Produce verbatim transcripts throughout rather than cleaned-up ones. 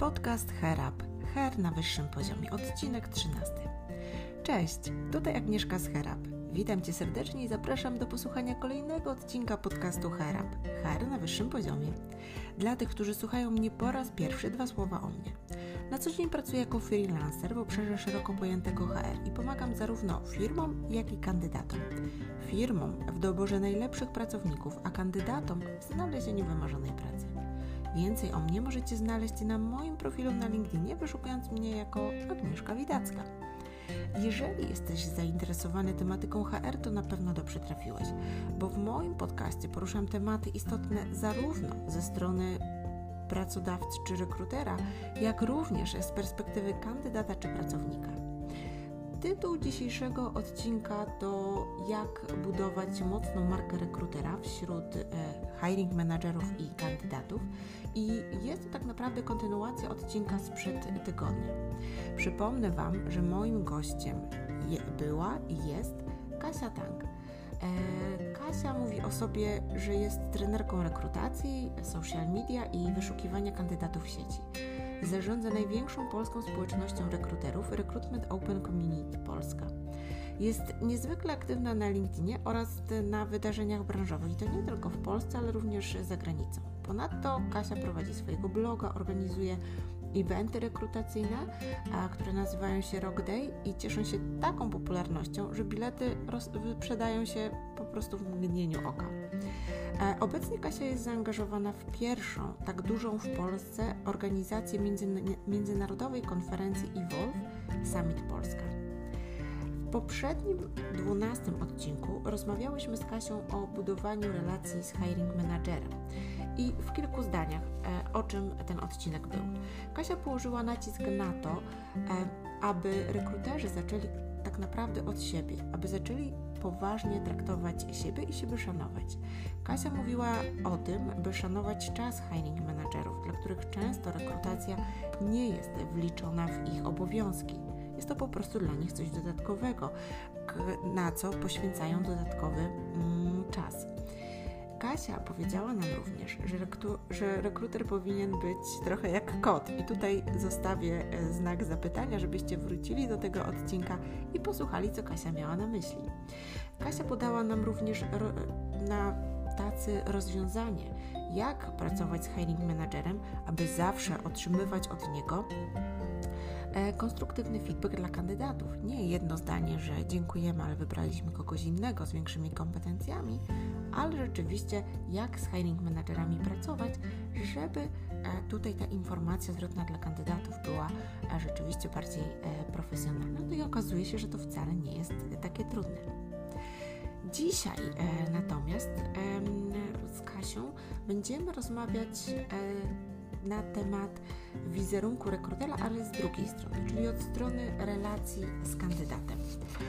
Podcast Hair Up. Hair na wyższym poziomie. Odcinek trzynasty. Cześć, tutaj Agnieszka z Hair Up. Witam Cię serdecznie i zapraszam do posłuchania kolejnego odcinka podcastu Hair Up. Hair na wyższym poziomie. Dla tych, którzy słuchają mnie po raz pierwszy, dwa słowa o mnie. Na co dzień pracuję jako freelancer w obszarze szeroko pojętego H R i pomagam zarówno firmom, jak i kandydatom. Firmom w doborze najlepszych pracowników, a kandydatom w znalezieniu wymarzonej pracy. Więcej o mnie możecie znaleźć na moim profilu na LinkedInie, wyszukując mnie jako Agnieszka Widacka. Jeżeli jesteś zainteresowany tematyką H R, to na pewno dobrze trafiłeś, bo w moim podcaście poruszam tematy istotne zarówno ze strony pracodawcy czy rekrutera, jak również z perspektywy kandydata czy pracownika. Tytuł dzisiejszego odcinka to jak budować mocną markę rekrutera wśród e, hiring managerów i kandydatów i jest to tak naprawdę kontynuacja odcinka sprzed tygodnia. Przypomnę Wam, że moim gościem je, była i jest Kasia Tank. E, Kasia mówi o sobie, że jest trenerką rekrutacji, social media i wyszukiwania kandydatów w sieci. Zarządza największą polską społecznością rekruterów Recruitment Open Community Polska. Jest niezwykle aktywna na LinkedInie oraz na wydarzeniach branżowych i to nie tylko w Polsce, ale również za granicą. Ponadto Kasia prowadzi swojego bloga, organizuje eventy rekrutacyjne, a, które nazywają się Rock Day i cieszą się taką popularnością, że bilety roz- wyprzedają się po prostu w mgnieniu oka. E, obecnie Kasia jest zaangażowana w pierwszą, tak dużą w Polsce, organizację międzyna- międzynarodowej konferencji Evolve Summit Polska. W poprzednim, dwunastym odcinku rozmawiałyśmy z Kasią o budowaniu relacji z hiring managerem. I w kilku zdaniach, e, o czym ten odcinek był. Kasia położyła nacisk na to, e, aby rekruterzy zaczęli tak naprawdę od siebie, aby zaczęli poważnie traktować siebie i siebie szanować. Kasia mówiła o tym, by szanować czas hiring managerów, dla których często rekrutacja nie jest wliczona w ich obowiązki. Jest to po prostu dla nich coś dodatkowego, na co poświęcają dodatkowy mm, czas. Kasia powiedziała nam również, że, rektu, że rekruter powinien być trochę jak kot i tutaj zostawię znak zapytania, żebyście wrócili do tego odcinka i posłuchali, co Kasia miała na myśli. Kasia podała nam również ro, na tacy rozwiązanie, jak pracować z hiring managerem, aby zawsze otrzymywać od niego konstruktywny feedback dla kandydatów. Nie jedno zdanie, że dziękujemy, ale wybraliśmy kogoś innego z większymi kompetencjami, ale rzeczywiście jak z hiring managerami pracować, żeby tutaj ta informacja zwrotna dla kandydatów była rzeczywiście bardziej profesjonalna. No i okazuje się, że to wcale nie jest takie trudne. Dzisiaj natomiast z Kasią będziemy rozmawiać na temat wizerunku rekrutera, ale z drugiej strony, czyli od strony relacji z kandydatem.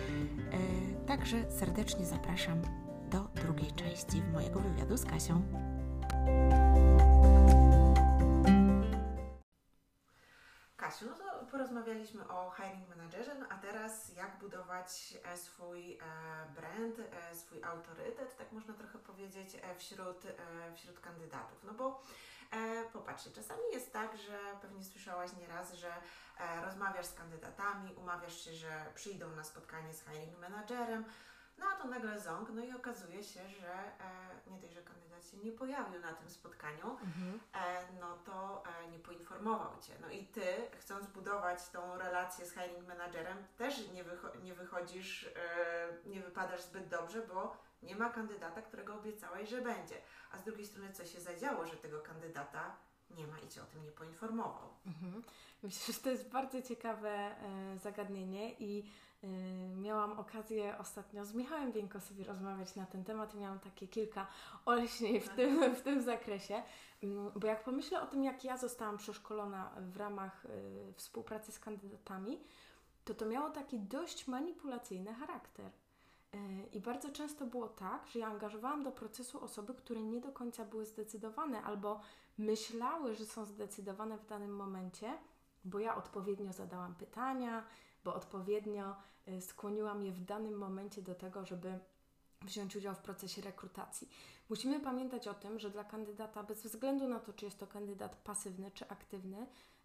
E, także serdecznie zapraszam do drugiej części mojego wywiadu z Kasią. Kasiu, no to porozmawialiśmy o hiring managerze, no a teraz jak budować swój brand, swój autorytet, tak można trochę powiedzieć, wśród, wśród kandydatów. No bo E, popatrzcie, czasami jest tak, że pewnie słyszałaś nieraz, że e, rozmawiasz z kandydatami, umawiasz się, że przyjdą na spotkanie z hiring managerem, no a to nagle ząg, no i okazuje się, że e, nie dość, że kandydat się nie pojawił na tym spotkaniu, mhm. e, no to e, nie poinformował Cię. No i Ty, chcąc budować tą relację z hiring managerem, też nie, wycho- nie wychodzisz, e, nie wypadasz zbyt dobrze, bo nie ma kandydata, którego obiecałeś, że będzie. A z drugiej strony, co się zadziało, że tego kandydata nie ma i Cię o tym nie poinformował. Mhm. Myślę, że to jest bardzo ciekawe e, zagadnienie i e, miałam okazję ostatnio z Michałem Wieńko sobie rozmawiać na ten temat i miałam takie kilka olśnień w tym, w tym zakresie, bo jak pomyślę o tym, jak ja zostałam przeszkolona w ramach e, współpracy z kandydatami, to to miało taki dość manipulacyjny charakter. I bardzo często było tak, że ja angażowałam do procesu osoby, które nie do końca były zdecydowane albo myślały, że są zdecydowane w danym momencie, bo ja odpowiednio zadałam pytania, bo odpowiednio skłoniłam je w danym momencie do tego, żeby wziąć udział w procesie rekrutacji. Musimy pamiętać o tym, że dla kandydata, bez względu na to, czy jest to kandydat pasywny czy aktywny,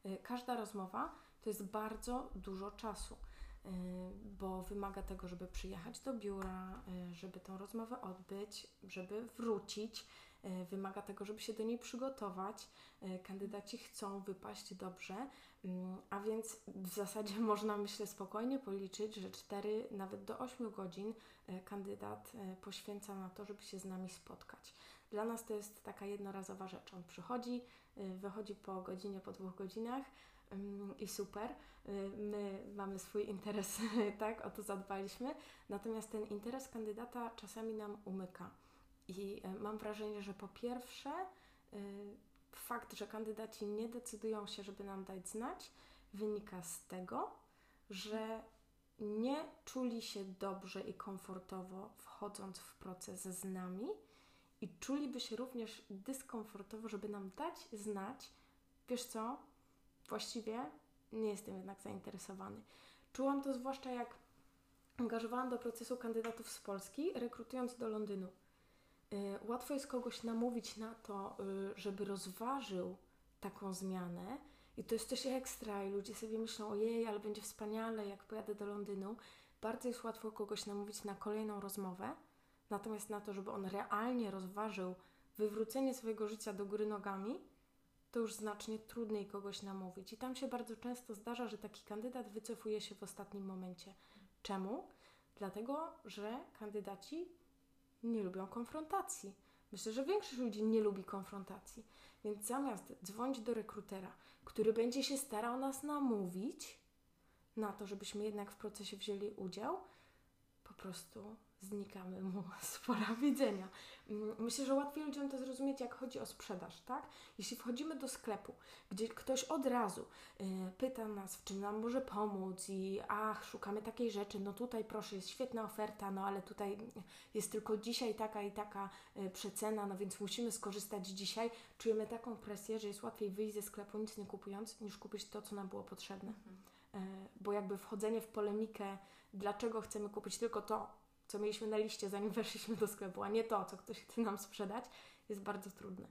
Każda rozmowa to jest bardzo dużo czasu, bo wymaga tego, żeby przyjechać do biura, żeby tą rozmowę odbyć, żeby wrócić. Wymaga tego, żeby się do niej przygotować. Kandydaci chcą wypaść dobrze, a więc w zasadzie można, myślę, spokojnie policzyć, że cztery nawet do ośmiu godzin kandydat poświęca na to, żeby się z nami spotkać. Dla nas to jest taka jednorazowa rzecz. On przychodzi, wychodzi po godzinie, po dwóch godzinach i super. My mamy swój interes, tak, o to zadbaliśmy. Natomiast ten interes kandydata czasami nam umyka. I mam wrażenie, że po pierwsze fakt, że kandydaci nie decydują się, żeby nam dać znać, wynika z tego, że nie czuli się dobrze i komfortowo wchodząc w proces z nami i czuliby się również dyskomfortowo, żeby nam dać znać, wiesz co, właściwie nie jestem jednak zainteresowany. Czułam to zwłaszcza jak angażowałam do procesu kandydatów z Polski, rekrutując do Londynu. Łatwo jest kogoś namówić na to, żeby rozważył taką zmianę i to jest coś ekstra i ludzie sobie myślą, ojej, ale będzie wspaniale, jak pojadę do Londynu. Bardzo jest łatwo kogoś namówić na kolejną rozmowę, natomiast na to, żeby on realnie rozważył wywrócenie swojego życia do góry nogami, to już znacznie trudniej kogoś namówić. I tam się bardzo często zdarza, że taki kandydat wycofuje się w ostatnim momencie. Czemu? Dlatego, że kandydaci nie lubią konfrontacji. Myślę, że większość ludzi nie lubi konfrontacji. Więc zamiast dzwonić do rekrutera, który będzie się starał nas namówić na to, żebyśmy jednak w procesie wzięli udział, po prostu znikamy mu z pola widzenia. Myślę, że łatwiej ludziom to zrozumieć, jak chodzi o sprzedaż, tak? Jeśli wchodzimy do sklepu, gdzie ktoś od razu y, pyta nas, w czym nam może pomóc i ach, szukamy takiej rzeczy, no tutaj proszę, jest świetna oferta, no ale tutaj jest tylko dzisiaj taka i taka y, przecena, no więc musimy skorzystać dzisiaj. Czujemy taką presję, że jest łatwiej wyjść ze sklepu nic nie kupując, niż kupić to, co nam było potrzebne. Mhm. Y, bo jakby wchodzenie w polemikę, dlaczego chcemy kupić tylko to, co mieliśmy na liście, zanim weszliśmy do sklepu, a nie to, co ktoś chce nam sprzedać, jest bardzo trudne.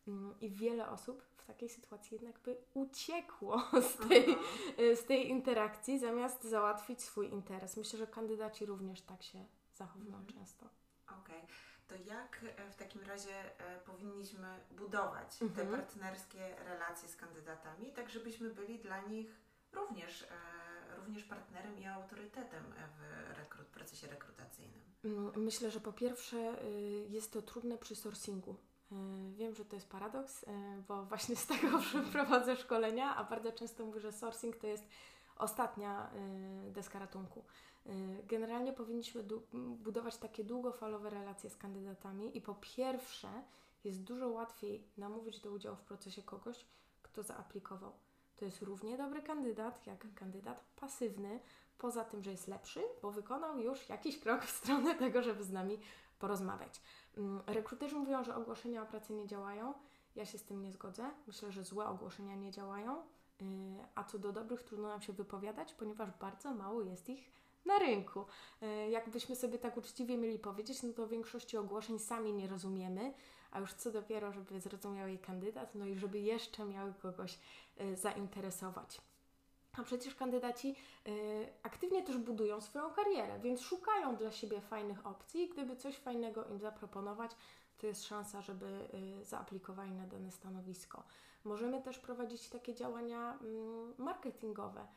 I wiele osób w takiej sytuacji jednak by uciekło z tej, z tej interakcji, zamiast załatwić swój interes. Myślę, że kandydaci również tak się zachowują mhm. często. Okej. Okay. To jak w takim razie e, powinniśmy budować mhm. te partnerskie relacje z kandydatami, tak żebyśmy byli dla nich również e, również partnerem i autorytetem w rekrut, procesie rekrutacyjnym? Myślę, że po pierwsze jest to trudne przy sourcingu. Wiem, że to jest paradoks, bo właśnie z tego prowadzę szkolenia, a bardzo często mówię, że sourcing to jest ostatnia deska ratunku. Generalnie powinniśmy du- budować takie długofalowe relacje z kandydatami i po pierwsze jest dużo łatwiej namówić do udziału w procesie kogoś, kto zaaplikował. To jest równie dobry kandydat, jak kandydat pasywny, poza tym, że jest lepszy, bo wykonał już jakiś krok w stronę tego, żeby z nami porozmawiać. Rekruterzy mówią, że ogłoszenia o pracę nie działają. Ja się z tym nie zgodzę. Myślę, że złe ogłoszenia nie działają, a co do dobrych trudno nam się wypowiadać, ponieważ bardzo mało jest ich na rynku. Jakbyśmy sobie tak uczciwie mieli powiedzieć, no to większości ogłoszeń sami nie rozumiemy, a już co dopiero, żeby zrozumiał jej kandydat, no i żeby jeszcze miały kogoś y, zainteresować. A przecież kandydaci y, aktywnie też budują swoją karierę, więc szukają dla siebie fajnych opcji i gdyby coś fajnego im zaproponować, to jest szansa, żeby y, zaaplikowali na dane stanowisko. Możemy też prowadzić takie działania y, marketingowe,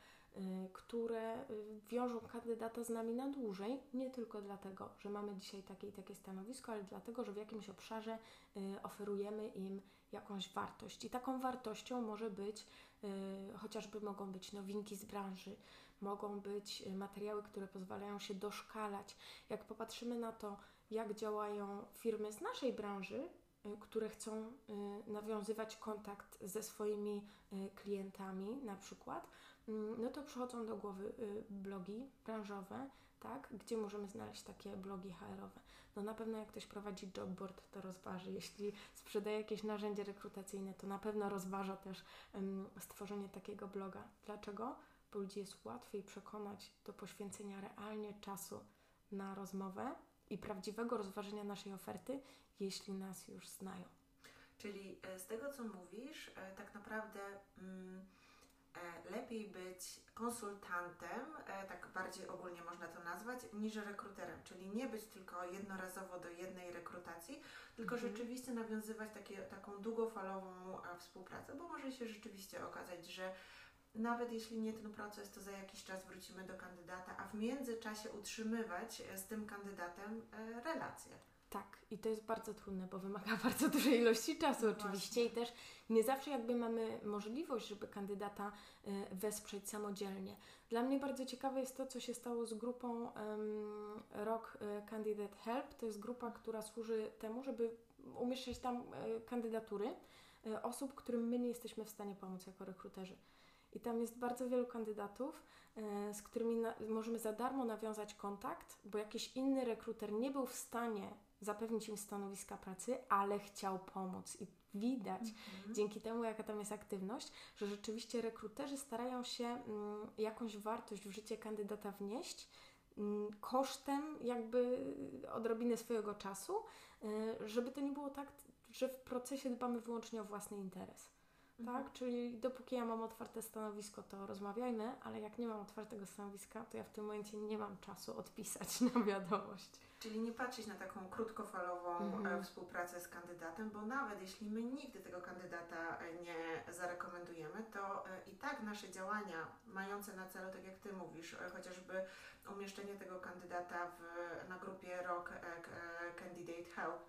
które wiążą kandydata z nami na dłużej, nie tylko dlatego, że mamy dzisiaj takie i takie stanowisko, ale dlatego, że w jakimś obszarze oferujemy im jakąś wartość. I taką wartością może być, chociażby mogą być nowinki z branży, mogą być materiały, które pozwalają się doszkalać. Jak popatrzymy na to, jak działają firmy z naszej branży, które chcą nawiązywać kontakt ze swoimi klientami na przykład, no to przychodzą do głowy blogi branżowe, tak, gdzie możemy znaleźć takie blogi H R-owe. No na pewno jak ktoś prowadzi jobboard, to rozważy. Jeśli sprzedaje jakieś narzędzie rekrutacyjne, to na pewno rozważa też um, stworzenie takiego bloga. Dlaczego? Bo ludzi jest łatwiej przekonać do poświęcenia realnie czasu na rozmowę i prawdziwego rozważenia naszej oferty, jeśli nas już znają. Czyli z tego, co mówisz, tak naprawdę mm, lepiej być konsultantem, tak bardziej ogólnie można to nazwać, niż rekruterem, czyli nie być tylko jednorazowo do jednej rekrutacji, tylko mhm. rzeczywiście nawiązywać takie, taką długofalową współpracę, bo może się rzeczywiście okazać, że nawet jeśli nie ten proces, to za jakiś czas wrócimy do kandydata, a w międzyczasie utrzymywać z tym kandydatem relacje. Tak, i to jest bardzo trudne, bo wymaga bardzo dużej ilości czasu no oczywiście właśnie. I też nie zawsze jakby mamy możliwość, żeby kandydata y, wesprzeć samodzielnie. Dla mnie bardzo ciekawe jest to, co się stało z grupą um, Rock Candidate Help. To jest grupa, która służy temu, żeby umieszczać tam y, kandydatury y, osób, którym my nie jesteśmy w stanie pomóc jako rekruterzy. I tam jest bardzo wielu kandydatów, y, z którymi na, możemy za darmo nawiązać kontakt, bo jakiś inny rekruter nie był w stanie zapewnić im stanowiska pracy, ale chciał pomóc. I widać mhm. dzięki temu, jaka tam jest aktywność, że rzeczywiście rekruterzy starają się mm, jakąś wartość w życie kandydata wnieść mm, kosztem jakby odrobiny swojego czasu, y, żeby to nie było tak, że w procesie dbamy wyłącznie o własny interes. Mhm. Tak? Czyli dopóki ja mam otwarte stanowisko, to rozmawiajmy, ale jak nie mam otwartego stanowiska, to ja w tym momencie nie mam czasu odpisać na wiadomość. Czyli nie patrzeć na taką krótkofalową mhm. współpracę z kandydatem, bo nawet jeśli my nigdy tego kandydata nie zarekomendujemy, to i tak nasze działania mające na celu, tak jak Ty mówisz, chociażby umieszczenie tego kandydata w, na grupie Rock Candidate Help,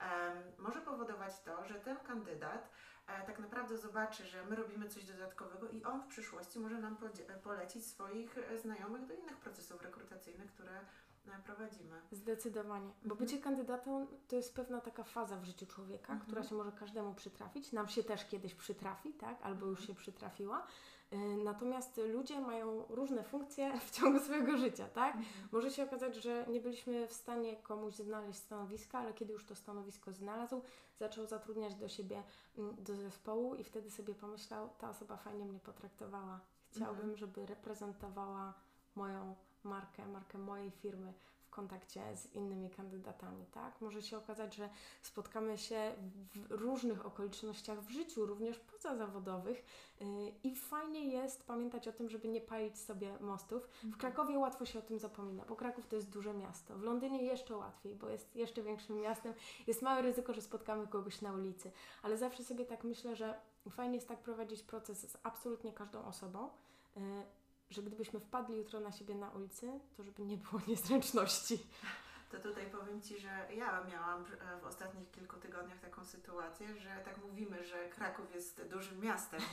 może powodować to, że ten kandydat tak naprawdę zobaczy, że my robimy coś dodatkowego i on w przyszłości może nam polecić swoich znajomych do innych procesów rekrutacyjnych, które prowadzimy. Zdecydowanie, bo mhm. bycie kandydatem to jest pewna taka faza w życiu człowieka, mhm. która się może każdemu przytrafić. Nam się też kiedyś przytrafi, tak? Albo mhm. już się przytrafiła. Natomiast ludzie mają różne funkcje w ciągu swojego życia, tak? Mhm. Może się okazać, że nie byliśmy w stanie komuś znaleźć stanowiska, ale kiedy już to stanowisko znalazł, zaczął zatrudniać do siebie, do zespołu i wtedy sobie pomyślał, ta osoba fajnie mnie potraktowała. Chciałbym, mhm. żeby reprezentowała moją markę, markę mojej firmy w kontakcie z innymi kandydatami, tak? Może się okazać, że spotkamy się w różnych okolicznościach w życiu, również pozazawodowych yy, i fajnie jest pamiętać o tym, żeby nie palić sobie mostów. W Krakowie łatwo się o tym zapomina, bo Kraków to jest duże miasto. W Londynie jeszcze łatwiej, bo jest jeszcze większym miastem. Jest małe ryzyko, że spotkamy kogoś na ulicy, ale zawsze sobie tak myślę, że fajnie jest tak prowadzić proces z absolutnie każdą osobą, yy, że gdybyśmy wpadli jutro na siebie na ulicy, to żeby nie było niezręczności. To tutaj powiem Ci, że ja miałam w ostatnich kilku tygodniach taką sytuację, że tak mówimy, że Kraków jest dużym miastem.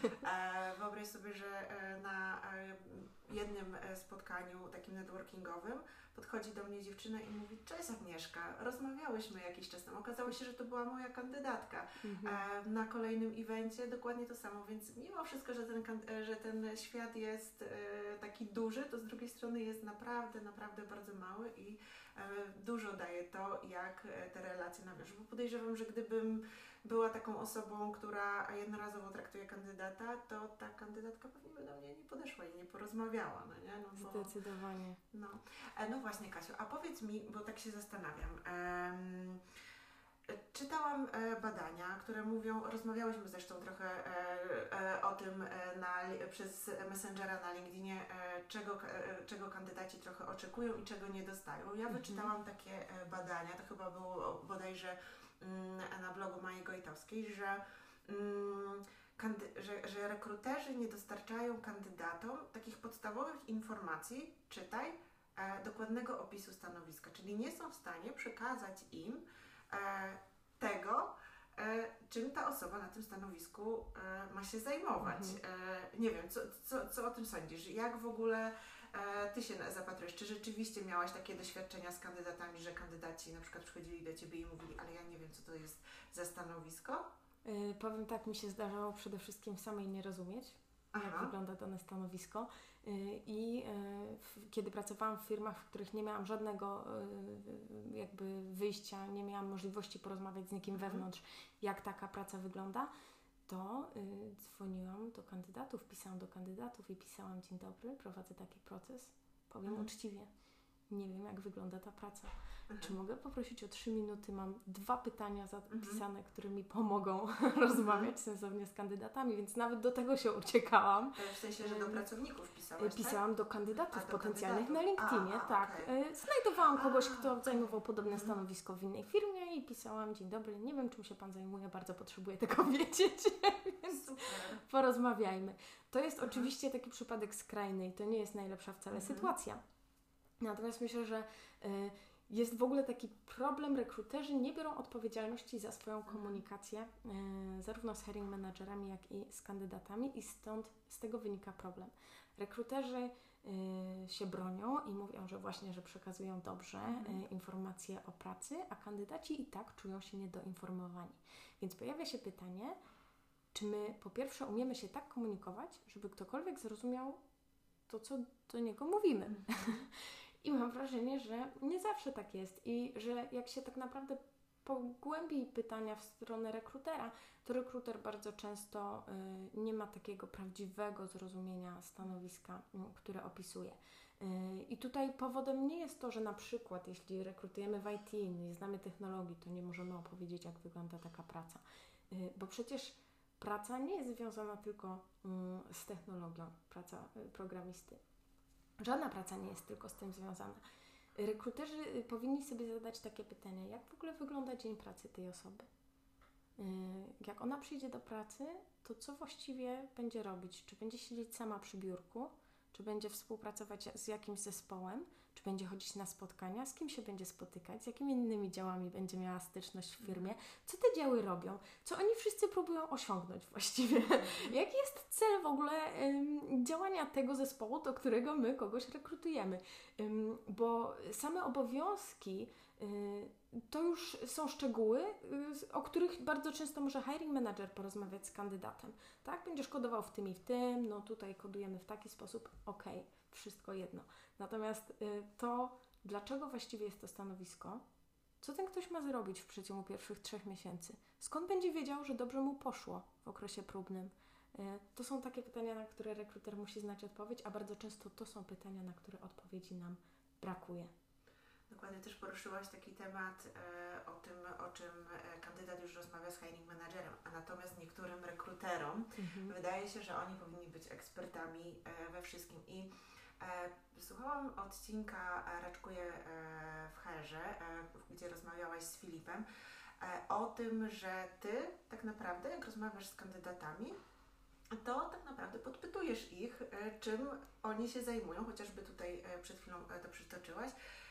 Wyobraź sobie, że na jednym spotkaniu takim networkingowym podchodzi do mnie dziewczyna i mówi: cześć Agnieszka, rozmawiałyśmy jakiś czas temu, okazało się, że to była moja kandydatka. Mhm. Na kolejnym evencie dokładnie to samo, więc mimo wszystko, że ten, że ten świat jest taki duży, to z drugiej strony jest naprawdę, naprawdę bardzo mały i dużo daje to, jak te relacje nawiążą. Bo podejrzewam, że gdybym była taką osobą, która jednorazowo traktuje kandydata, to ta kandydatka pewnie by do mnie nie podeszła i nie porozmawiała. No nie? No bo, Zdecydowanie. No. No właśnie, Kasiu, a powiedz mi, bo tak się zastanawiam. Um, Czytałam e, badania, które mówią, rozmawiałyśmy zresztą trochę e, e, o tym e, na, przez Messengera na LinkedInie, e, czego, e, czego kandydaci trochę oczekują i czego nie dostają. Ja wyczytałam takie e, badania, to chyba było bodajże mm, na blogu Maji Gojtowskiej, że, mm, kandy- że, że rekruterzy nie dostarczają kandydatom takich podstawowych informacji, czytaj, e, dokładnego opisu stanowiska, czyli nie są w stanie przekazać im tego, czym ta osoba na tym stanowisku ma się zajmować. Mhm. Nie wiem, co, co, co o tym sądzisz? Jak w ogóle Ty się zapatrujesz? Czy rzeczywiście miałaś takie doświadczenia z kandydatami, że kandydaci na przykład przychodzili do Ciebie i mówili: ale ja nie wiem, co to jest za stanowisko? Yy, powiem tak, mi się zdarzało przede wszystkim samej nie rozumieć, Aha. jak wygląda dane stanowisko. I kiedy pracowałam w firmach, w których nie miałam żadnego jakby wyjścia, nie miałam możliwości porozmawiać z nikim mhm. wewnątrz, jak taka praca wygląda, to dzwoniłam do kandydatów, pisałam do kandydatów i pisałam: dzień dobry, prowadzę taki proces, powiem mhm. uczciwie. nie wiem, jak wygląda ta praca. Mhm. Czy mogę poprosić o trzy minuty? Mam dwa pytania zapisane, mhm. które mi pomogą rozmawiać sensownie z kandydatami, więc nawet do tego się uciekałam. W sensie, że do pracowników pisałaś, Pisałam tak? do kandydatów a, do potencjalnych kandydatów. na LinkedInie, a, tak. Okay. Znajdowałam kogoś, a, kto okay. zajmował podobne mhm. stanowisko w innej firmie i pisałam: dzień dobry, nie wiem, czym się Pan zajmuje, bardzo potrzebuję tego wiedzieć, więc Super. porozmawiajmy. To jest mhm. oczywiście taki przypadek skrajny i to nie jest najlepsza wcale mhm. sytuacja. Natomiast myślę, że y, jest w ogóle taki problem, rekruterzy nie biorą odpowiedzialności za swoją komunikację, y, zarówno z hiring managerami, jak i z kandydatami i stąd z tego wynika problem. Rekruterzy y, się bronią i mówią, że właśnie, że przekazują dobrze mhm. y, informacje o pracy, a kandydaci i tak czują się niedoinformowani. Więc pojawia się pytanie, czy my po pierwsze umiemy się tak komunikować, żeby ktokolwiek zrozumiał to, co do niego mówimy. Mhm. I mam wrażenie, że nie zawsze tak jest i że jak się tak naprawdę pogłębi pytania w stronę rekrutera, to rekruter bardzo często y, nie ma takiego prawdziwego zrozumienia stanowiska, y, które opisuje. Y, I tutaj powodem nie jest to, że na przykład jeśli rekrutujemy w I T, nie znamy technologii, to nie możemy opowiedzieć, jak wygląda taka praca. Y, bo przecież praca nie jest związana tylko y, z technologią, praca y, programisty. Żadna praca nie jest tylko z tym związana. Rekruterzy powinni sobie zadać takie pytania, jak w ogóle wygląda dzień pracy tej osoby? Jak ona przyjdzie do pracy, to co właściwie będzie robić? Czy będzie siedzieć sama przy biurku? Czy będzie współpracować z jakimś zespołem? Czy będzie chodzić na spotkania? Z kim się będzie spotykać? Z jakimi innymi działami będzie miała styczność w firmie? Co te działy robią? Co oni wszyscy próbują osiągnąć właściwie? Jaki jest cel w ogóle um, działania tego zespołu, do którego my kogoś rekrutujemy? Um, bo same obowiązki y, to już są szczegóły, y, o których bardzo często może hiring manager porozmawiać z kandydatem. Tak? Będziesz kodował w tym i w tym, no tutaj kodujemy w taki sposób, okej, okay, wszystko jedno. Natomiast y, to, dlaczego właściwie jest to stanowisko, co ten ktoś ma zrobić w przeciągu pierwszych trzech miesięcy? Skąd będzie wiedział, że dobrze mu poszło w okresie próbnym? Y, to są takie pytania, na które rekruter musi znać odpowiedź, a bardzo często to są pytania, na które odpowiedzi nam brakuje. Dokładnie, też poruszyłaś taki temat e, o tym, o czym e, kandydat już rozmawia z hiring managerem, a natomiast niektórym rekruterom mhm. wydaje się, że oni powinni być ekspertami e, we wszystkim. I e, słuchałam odcinka Raczkuję e, w herze, e, gdzie rozmawiałaś z Filipem, e, o tym, że Ty tak naprawdę, jak rozmawiasz z kandydatami, to tak naprawdę podpytujesz ich, e, czym oni się zajmują, chociażby tutaj e, przed chwilą e, to przytoczyłaś.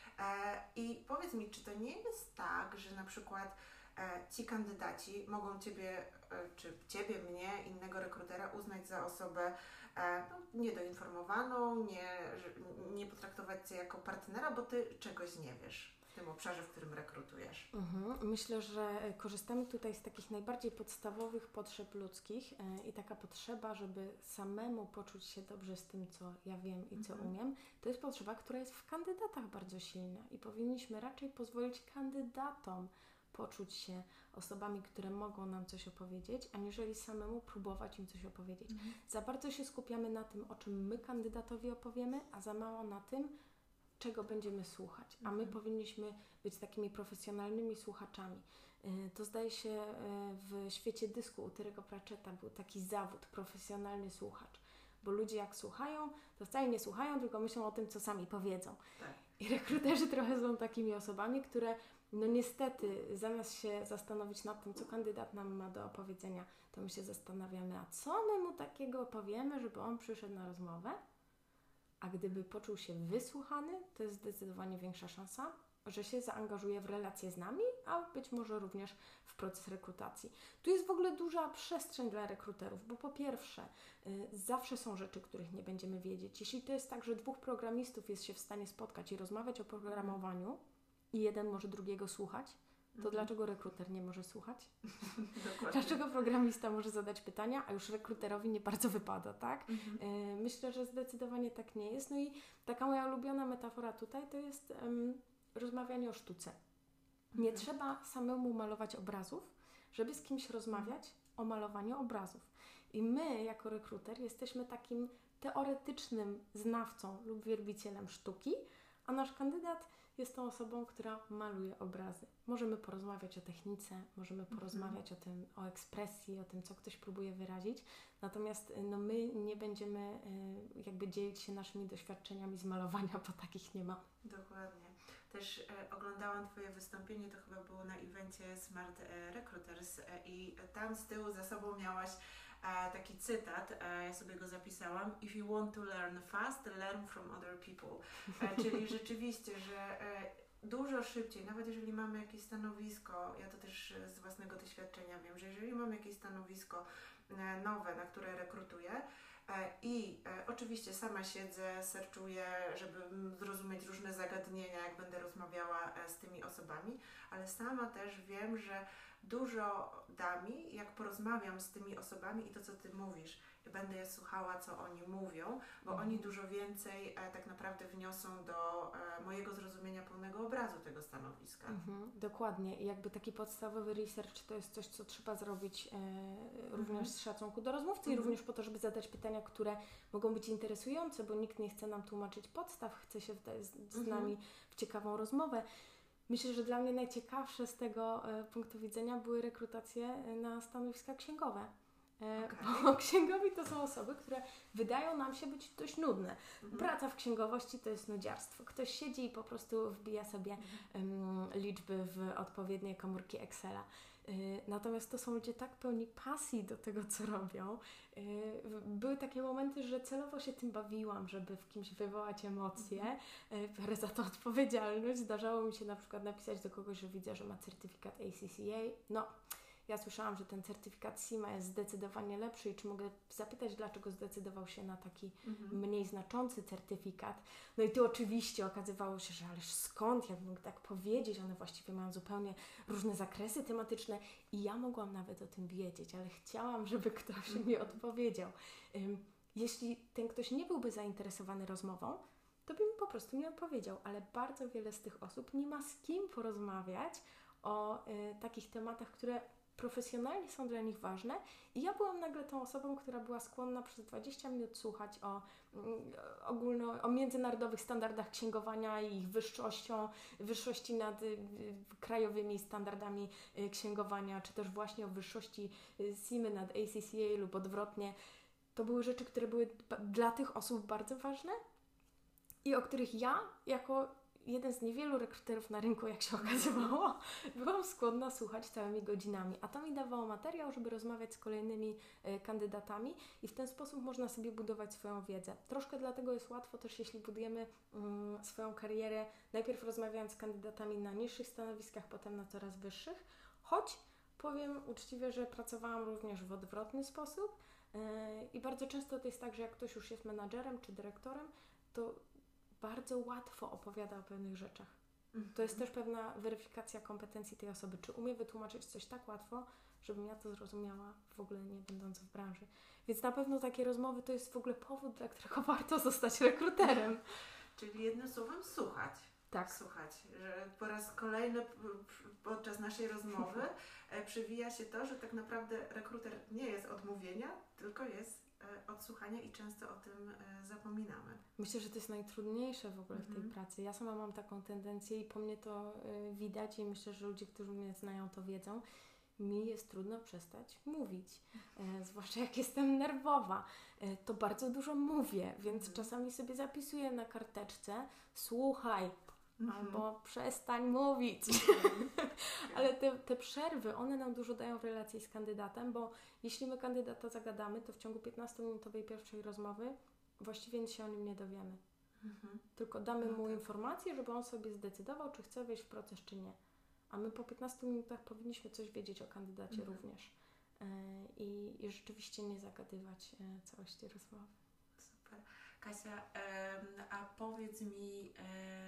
I powiedz mi, czy to nie jest tak, że na przykład ci kandydaci mogą Ciebie, czy Ciebie, mnie, innego rekrutera uznać za osobę no, niedoinformowaną, nie, nie potraktować Cię jako partnera, bo Ty czegoś nie wiesz w tym obszarze, w którym rekrutujesz? Mhm. Myślę, że korzystamy tutaj z takich najbardziej podstawowych potrzeb ludzkich i taka potrzeba, żeby samemu poczuć się dobrze z tym, co ja wiem i co mhm. umiem, to jest potrzeba, która jest w kandydatach bardzo silna i powinniśmy raczej pozwolić kandydatom poczuć się osobami, które mogą nam coś opowiedzieć, aniżeli samemu próbować im coś opowiedzieć. Mhm. Za bardzo się skupiamy na tym, o czym my kandydatowi opowiemy, a za mało na tym, czego będziemy słuchać, a my mhm. powinniśmy być takimi profesjonalnymi słuchaczami. To zdaje się w świecie dysku u Terry'ego Pratchetta był taki zawód, profesjonalny słuchacz, bo ludzie jak słuchają, to wcale nie słuchają, tylko myślą o tym, co sami powiedzą. Tak. I rekruterzy trochę są takimi osobami, które no niestety zamiast się zastanowić nad tym, co kandydat nam ma do opowiedzenia, to my się zastanawiamy, a co my mu takiego opowiemy, żeby on przyszedł na rozmowę? A gdyby poczuł się wysłuchany, to jest zdecydowanie większa szansa, że się zaangażuje w relacje z nami, a być może również w proces rekrutacji. Tu jest w ogóle duża przestrzeń dla rekruterów, bo po pierwsze, y, zawsze są rzeczy, których nie będziemy wiedzieć. Jeśli to jest tak, że dwóch programistów jest się w stanie spotkać i rozmawiać o programowaniu i jeden może drugiego słuchać, to mhm. dlaczego rekruter nie może słuchać? Dlaczego programista może zadać pytania, a już rekruterowi nie bardzo wypada, tak? Mhm. Y, myślę, że zdecydowanie tak nie jest. No i taka moja ulubiona metafora tutaj to jest um, rozmawianie o sztuce. Nie mhm. trzeba samemu malować obrazów, żeby z kimś rozmawiać o malowaniu obrazów. I my, jako rekruter, jesteśmy takim teoretycznym znawcą lub wielbicielem sztuki, a nasz kandydat jest tą osobą, która maluje obrazy. Możemy porozmawiać o technice, możemy porozmawiać mm-hmm. o tym, o ekspresji, o tym, co ktoś próbuje wyrazić, natomiast no, my nie będziemy y, jakby dzielić się naszymi doświadczeniami z malowania, bo takich nie ma. Dokładnie. Też e, oglądałam Twoje wystąpienie, to chyba było na evencie Smart e, Recruiters e, i tam z tyłu za sobą miałaś e, taki cytat, e, ja sobie go zapisałam: If you want to learn fast, learn from other people. E, czyli rzeczywiście, że e, dużo szybciej, nawet jeżeli mamy jakieś stanowisko, ja to też z własnego doświadczenia wiem, że jeżeli mamy jakieś stanowisko e, nowe, na które rekrutuję, i e, oczywiście sama siedzę, serczuję, żeby zrozumieć różne zagadnienia, jak będę rozmawiała e, z tymi osobami, ale sama też wiem, że dużo da mi, jak porozmawiam z tymi osobami i to, co Ty mówisz, i będę je słuchała, co oni mówią, bo mm. oni dużo więcej e, tak naprawdę wniosą do e, mojego zrozumienia pełnego obrazu tego stanowiska. Mm-hmm, dokładnie. I jakby taki podstawowy research to jest coś, co trzeba zrobić e, również mm-hmm. z szacunku do rozmówcy mm-hmm. i również po to, żeby zadać pytania, które mogą być interesujące, bo nikt nie chce nam tłumaczyć podstaw, chce się z, z mm-hmm. nami w ciekawą rozmowę. Myślę, że dla mnie najciekawsze z tego e, punktu widzenia były rekrutacje na stanowiska księgowe. Okay. Bo księgowi to są osoby, które wydają nam się być dość nudne. Mhm. Praca w księgowości to jest nudziarstwo. Ktoś siedzi i po prostu wbija sobie um, liczby w odpowiednie komórki Excela. Yy, natomiast to są ludzie tak pełni pasji do tego, co robią. Yy, były takie momenty, że celowo się tym bawiłam, żeby w kimś wywołać emocje. Yy, biorę za to odpowiedzialność. Zdarzało mi się na przykład napisać do kogoś, że widzę, że ma certyfikat A C C A. No, ja słyszałam, że ten certyfikat S I M A jest zdecydowanie lepszy i czy mogę zapytać, dlaczego zdecydował się na taki mhm. mniej znaczący certyfikat. No i tu oczywiście okazywało się, że ależ skąd, jak mógł tak powiedzieć, one właściwie mają zupełnie różne zakresy tematyczne i ja mogłam nawet o tym wiedzieć, ale chciałam, żeby ktoś mhm. mi odpowiedział. Um, jeśli ten ktoś nie byłby zainteresowany rozmową, to by mi po prostu nie odpowiedział, ale bardzo wiele z tych osób nie ma z kim porozmawiać o y, takich tematach, które profesjonalnie są dla nich ważne i ja byłam nagle tą osobą, która była skłonna przez dwadzieścia minut słuchać o mm, ogólno, o międzynarodowych standardach księgowania i ich wyższością, wyższości nad y, krajowymi standardami y, księgowania, czy też właśnie o wyższości y, S I M Y nad A C C A lub odwrotnie. To były rzeczy, które były b- dla tych osób bardzo ważne i o których ja jako jeden z niewielu rekruterów na rynku, jak się okazywało, byłam skłonna słuchać całymi godzinami, a to mi dawało materiał, żeby rozmawiać z kolejnymi y, kandydatami i w ten sposób można sobie budować swoją wiedzę. Troszkę dlatego jest łatwo też, jeśli budujemy y, swoją karierę, najpierw rozmawiając z kandydatami na niższych stanowiskach, potem na coraz wyższych, choć powiem uczciwie, że pracowałam również w odwrotny sposób y, i bardzo często to jest tak, że jak ktoś już jest menadżerem czy dyrektorem, to bardzo łatwo opowiada o pewnych rzeczach. Mm-hmm. To jest też pewna weryfikacja kompetencji tej osoby. Czy umie wytłumaczyć coś tak łatwo, żebym ja to zrozumiała, w ogóle nie będąc w branży. Więc na pewno takie rozmowy to jest w ogóle powód, dla którego warto zostać rekruterem. Czyli jednym słowem słuchać. Tak. Słuchać, że po raz kolejny podczas naszej rozmowy przewija się to, że tak naprawdę rekruter nie jest od mówienia, tylko jest odsłuchania i często o tym zapominamy. Myślę, że to jest najtrudniejsze w ogóle w tej mm-hmm. pracy. Ja sama mam taką tendencję i po mnie to widać i myślę, że ludzie, którzy mnie znają, to wiedzą. Mi jest trudno przestać mówić, e, zwłaszcza jak jestem nerwowa. E, to bardzo dużo mówię, więc mm-hmm. czasami sobie zapisuję na karteczce: słuchaj, mm-hmm. albo przestań mówić. Mm-hmm. Ale te, te przerwy, one nam dużo dają w relacji z kandydatem, bo jeśli my kandydata zagadamy, to w ciągu piętnastominutowej pierwszej rozmowy właściwie nic się o nim nie dowiemy. Mm-hmm. Tylko damy mu informację, żeby on sobie zdecydował, czy chce wejść w proces, czy nie. A my po piętnastu minutach powinniśmy coś wiedzieć o kandydacie mm-hmm. również. Yy, i, I rzeczywiście nie zagadywać yy, całości rozmowy. Super. Kasia, yy, a powiedz mi, yy,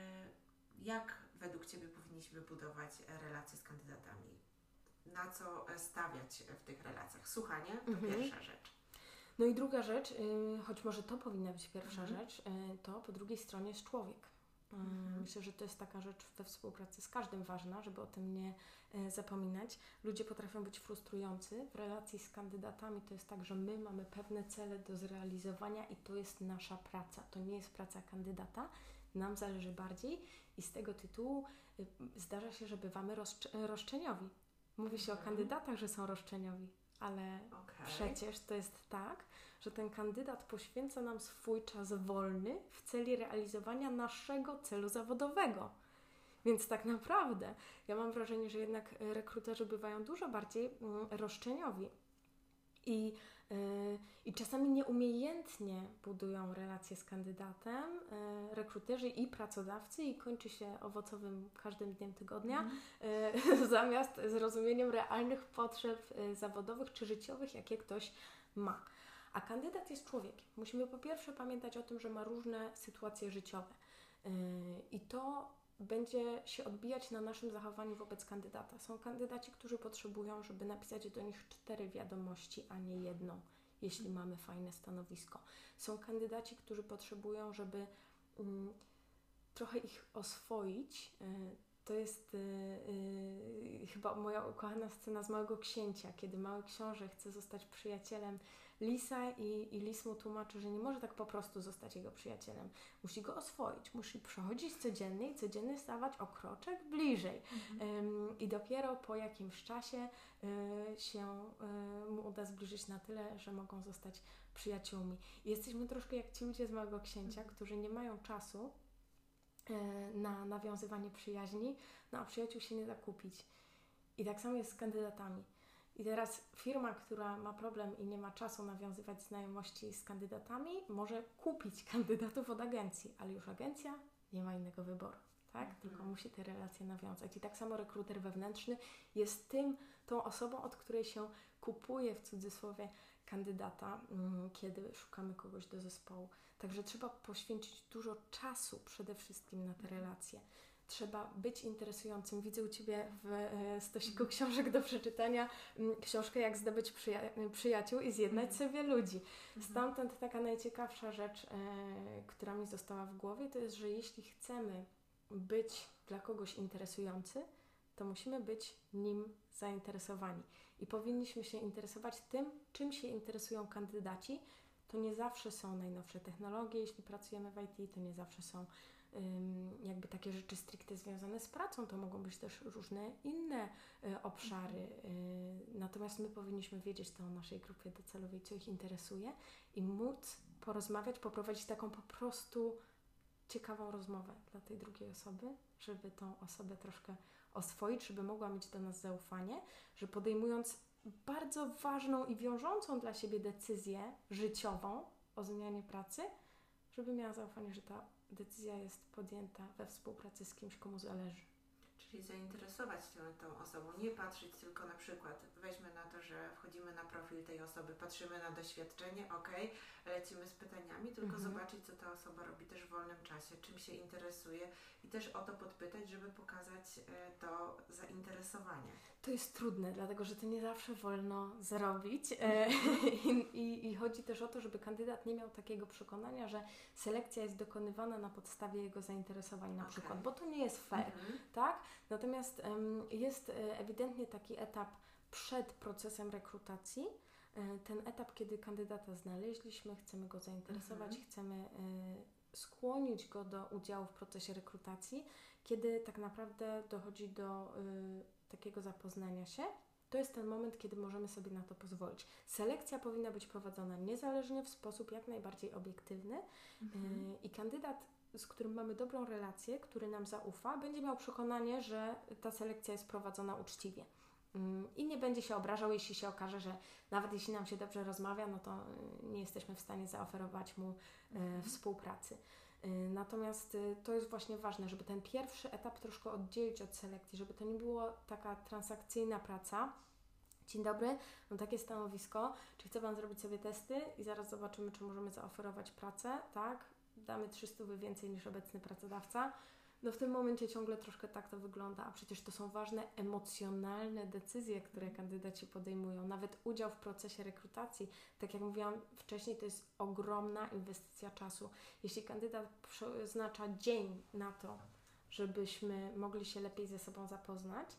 jak według Ciebie powinniśmy budować relacje z kandydatami? Na co stawiać w tych relacjach? Słuchanie to mm-hmm. pierwsza rzecz. No i druga rzecz, yy, choć może to powinna być pierwsza mm-hmm. rzecz, yy, to po drugiej stronie jest człowiek. Mhm. Myślę, że to jest taka rzecz we współpracy z każdym ważna, żeby o tym nie e, zapominać. Ludzie potrafią być frustrujący. W relacji z kandydatami to jest tak, że my mamy pewne cele do zrealizowania i to jest nasza praca. To nie jest praca kandydata. nam zależy bardziej i z tego tytułu y, zdarza się, że bywamy roszcz- roszczeniowi. Mówi się Mhm. o kandydatach, że są roszczeniowi, ale Okay. przecież to jest tak, że ten kandydat poświęca nam swój czas wolny w celu realizowania naszego celu zawodowego. Więc tak naprawdę ja mam wrażenie, że jednak rekruterzy bywają dużo bardziej mm, roszczeniowi i, yy, i czasami nieumiejętnie budują relacje z kandydatem, yy, rekruterzy i pracodawcy i kończy się owocowym każdym dniem tygodnia, Mhm. yy, zamiast zrozumieniem realnych potrzeb yy, zawodowych czy życiowych, jakie ktoś ma. A kandydat jest człowiekiem. Musimy po pierwsze pamiętać o tym, że ma różne sytuacje życiowe yy, i to będzie się odbijać na naszym zachowaniu wobec kandydata. Są kandydaci, którzy potrzebują, żeby napisać do nich cztery wiadomości, a nie jedną, jeśli mamy fajne stanowisko. Są kandydaci, którzy potrzebują, żeby um, trochę ich oswoić. To jest yy, yy, chyba moja ukochana scena z Małego Księcia, kiedy Mały Książę chce zostać przyjacielem Lisa i, i Lis mu tłumaczy, że nie może tak po prostu zostać jego przyjacielem. Musi go oswoić, musi przechodzić codziennie i codziennie stawać o kroczek bliżej. Mhm. Ym, I dopiero po jakimś czasie y, się y, mu uda zbliżyć na tyle, że mogą zostać przyjaciółmi. I jesteśmy troszkę jak ci ludzie z Małego Księcia, Mhm. którzy nie mają czasu y, na nawiązywanie przyjaźni, no a przyjaciół się nie da kupić. I tak samo jest z kandydatami. I teraz firma, która ma problem i nie ma czasu nawiązywać znajomości z kandydatami, może kupić kandydatów od agencji, ale już agencja nie ma innego wyboru, tak? Mhm. Tylko musi te relacje nawiązać. I tak samo rekruter wewnętrzny jest tym, tą osobą, od której się kupuje w cudzysłowie kandydata, mm, kiedy szukamy kogoś do zespołu. Także trzeba poświęcić dużo czasu przede wszystkim na te relacje. Trzeba być interesującym. Widzę u Ciebie w e, stosiku książek do przeczytania m, książkę Jak zdobyć przyja- przyjaciół i zjednać sobie ludzi. Stamtąd taka najciekawsza rzecz, e, która mi została w głowie, to jest, że jeśli chcemy być dla kogoś interesujący, to musimy być nim zainteresowani. I powinniśmy się interesować tym, czym się interesują kandydaci. To nie zawsze są najnowsze technologie, jeśli pracujemy w I T, to nie zawsze są jakby takie rzeczy stricte związane z pracą, to mogą być też różne inne y, obszary. Y, natomiast my powinniśmy wiedzieć to o naszej grupie docelowej, co ich interesuje i móc porozmawiać, poprowadzić taką po prostu ciekawą rozmowę dla tej drugiej osoby, żeby tą osobę troszkę oswoić, żeby mogła mieć do nas zaufanie, że podejmując bardzo ważną i wiążącą dla siebie decyzję życiową o zmianie pracy, żeby miała zaufanie, że ta decyzja jest podjęta we współpracy z kimś, komu zależy. Czyli zainteresować się tą osobą, nie patrzeć tylko na przykład, weźmy na to, że wchodzimy na profil tej osoby, patrzymy na doświadczenie, ok, lecimy z pytaniami, tylko Mhm. zobaczyć, co ta osoba robi też w wolnym czasie, czym się interesuje i też o to podpytać, żeby pokazać e, to zainteresowanie. To jest trudne, dlatego że to nie zawsze wolno zrobić e, i, i, i chodzi też o to, żeby kandydat nie miał takiego przekonania, że selekcja jest dokonywana na podstawie jego zainteresowań na Okay. przykład, bo to nie jest fair, Mhm. tak? Natomiast em, jest e, ewidentnie taki etap przed procesem rekrutacji, e, ten etap, kiedy kandydata znaleźliśmy, chcemy go zainteresować, Mhm. chcemy e, skłonić go do udziału w procesie rekrutacji, kiedy tak naprawdę dochodzi do y, takiego zapoznania się, to jest ten moment, kiedy możemy sobie na to pozwolić. Selekcja powinna być prowadzona niezależnie, w sposób jak najbardziej obiektywny Mhm. y, i kandydat, z którym mamy dobrą relację, który nam zaufa, będzie miał przekonanie, że ta selekcja jest prowadzona uczciwie. I nie będzie się obrażał, jeśli się okaże, że nawet jeśli nam się dobrze rozmawia, no to nie jesteśmy w stanie zaoferować mu Mhm. współpracy. Natomiast to jest właśnie ważne, żeby ten pierwszy etap troszkę oddzielić od selekcji, żeby to nie było taka transakcyjna praca. Dzień dobry, mam takie stanowisko, czy chce Pan zrobić sobie testy i zaraz zobaczymy, czy możemy zaoferować pracę, tak? Damy trzysta więcej niż obecny pracodawca. No w tym momencie ciągle troszkę tak to wygląda, a przecież to są ważne emocjonalne decyzje, które kandydaci podejmują. Nawet udział w procesie rekrutacji, tak jak mówiłam wcześniej, to jest ogromna inwestycja czasu. Jeśli kandydat przeznacza dzień na to, żebyśmy mogli się lepiej ze sobą zapoznać,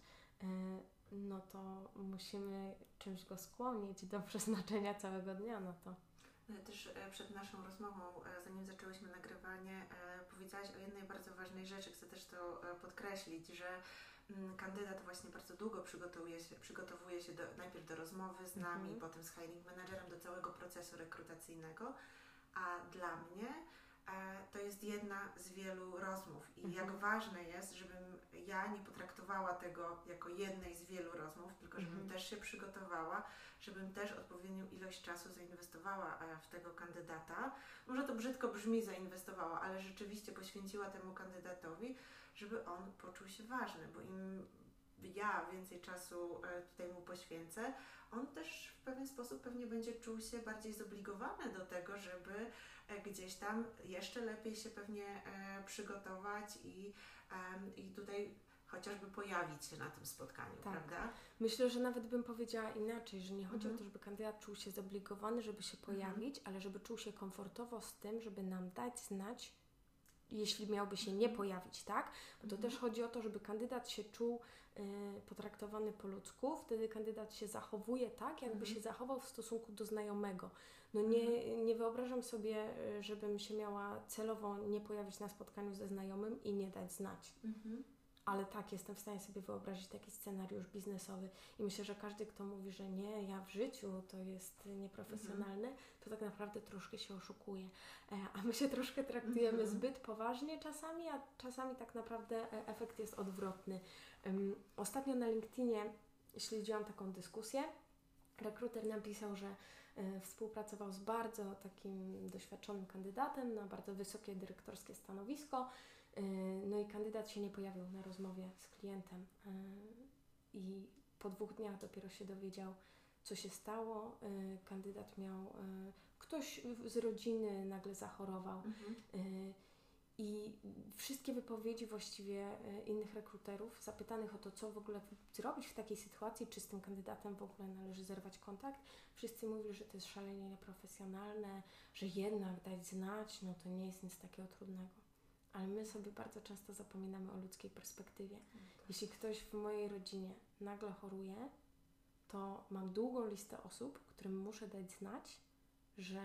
no to musimy czymś go skłonić do przeznaczenia całego dnia na to. Też przed naszą rozmową, zanim zaczęłyśmy nagrywanie, powiedziałaś o jednej bardzo ważnej rzeczy. Chcę też to podkreślić, że kandydat właśnie bardzo długo przygotowuje się, przygotowuje się do, najpierw do rozmowy z nami, mhm. potem z hiring managerem, do całego procesu rekrutacyjnego, a dla mnie to jest jedna z wielu rozmów i mhm. jak ważne jest, żebym ja nie potraktowała tego jako jednej z wielu rozmów, tylko żebym mhm. też się przygotowała, żebym też odpowiednią ilość czasu zainwestowała w tego kandydata. Może to brzydko brzmi zainwestowała, ale rzeczywiście poświęciła temu kandydatowi, żeby on poczuł się ważny, bo im ja więcej czasu tutaj mu poświęcę, on też w pewien sposób pewnie będzie czuł się bardziej zobligowany do tego, żeby gdzieś tam jeszcze lepiej się pewnie przygotować i, i tutaj chociażby pojawić się na tym spotkaniu, tak. prawda? Myślę, że nawet bym powiedziała inaczej, że nie chodzi mhm. o to, żeby kandydat czuł się zobligowany, żeby się pojawić, mhm. ale żeby czuł się komfortowo z tym, żeby nam dać znać, jeśli miałby się nie pojawić, tak? Bo to mhm. też chodzi o to, żeby kandydat się czuł y, potraktowany po ludzku, wtedy kandydat się zachowuje tak, jakby mhm. się zachował w stosunku do znajomego. No nie, nie wyobrażam sobie, żebym się miała celowo nie pojawić na spotkaniu ze znajomym i nie dać znać. Mhm. Ale tak, jestem w stanie sobie wyobrazić taki scenariusz biznesowy i myślę, że każdy, kto mówi, że nie, ja w życiu to jest nieprofesjonalne, mhm. to tak naprawdę troszkę się oszukuje. A my się troszkę traktujemy mhm. zbyt poważnie czasami, a czasami tak naprawdę efekt jest odwrotny. Um, ostatnio na LinkedInie śledziłam taką dyskusję. Rekruter napisał, że y, współpracował z bardzo takim doświadczonym kandydatem na bardzo wysokie dyrektorskie stanowisko. No i kandydat się nie pojawił na rozmowie z klientem i po dwóch dniach dopiero się dowiedział, co się stało. Kandydat miał, ktoś z rodziny nagle zachorował mhm. i wszystkie wypowiedzi właściwie innych rekruterów zapytanych o to, co w ogóle zrobić w takiej sytuacji, czy z tym kandydatem w ogóle należy zerwać kontakt, wszyscy mówili, że to jest szalenie nieprofesjonalne, że jednak dać znać, no to nie jest nic takiego trudnego. Ale my sobie bardzo często zapominamy o ludzkiej perspektywie. No tak. Jeśli ktoś w mojej rodzinie nagle choruje, to mam długą listę osób, którym muszę dać znać, że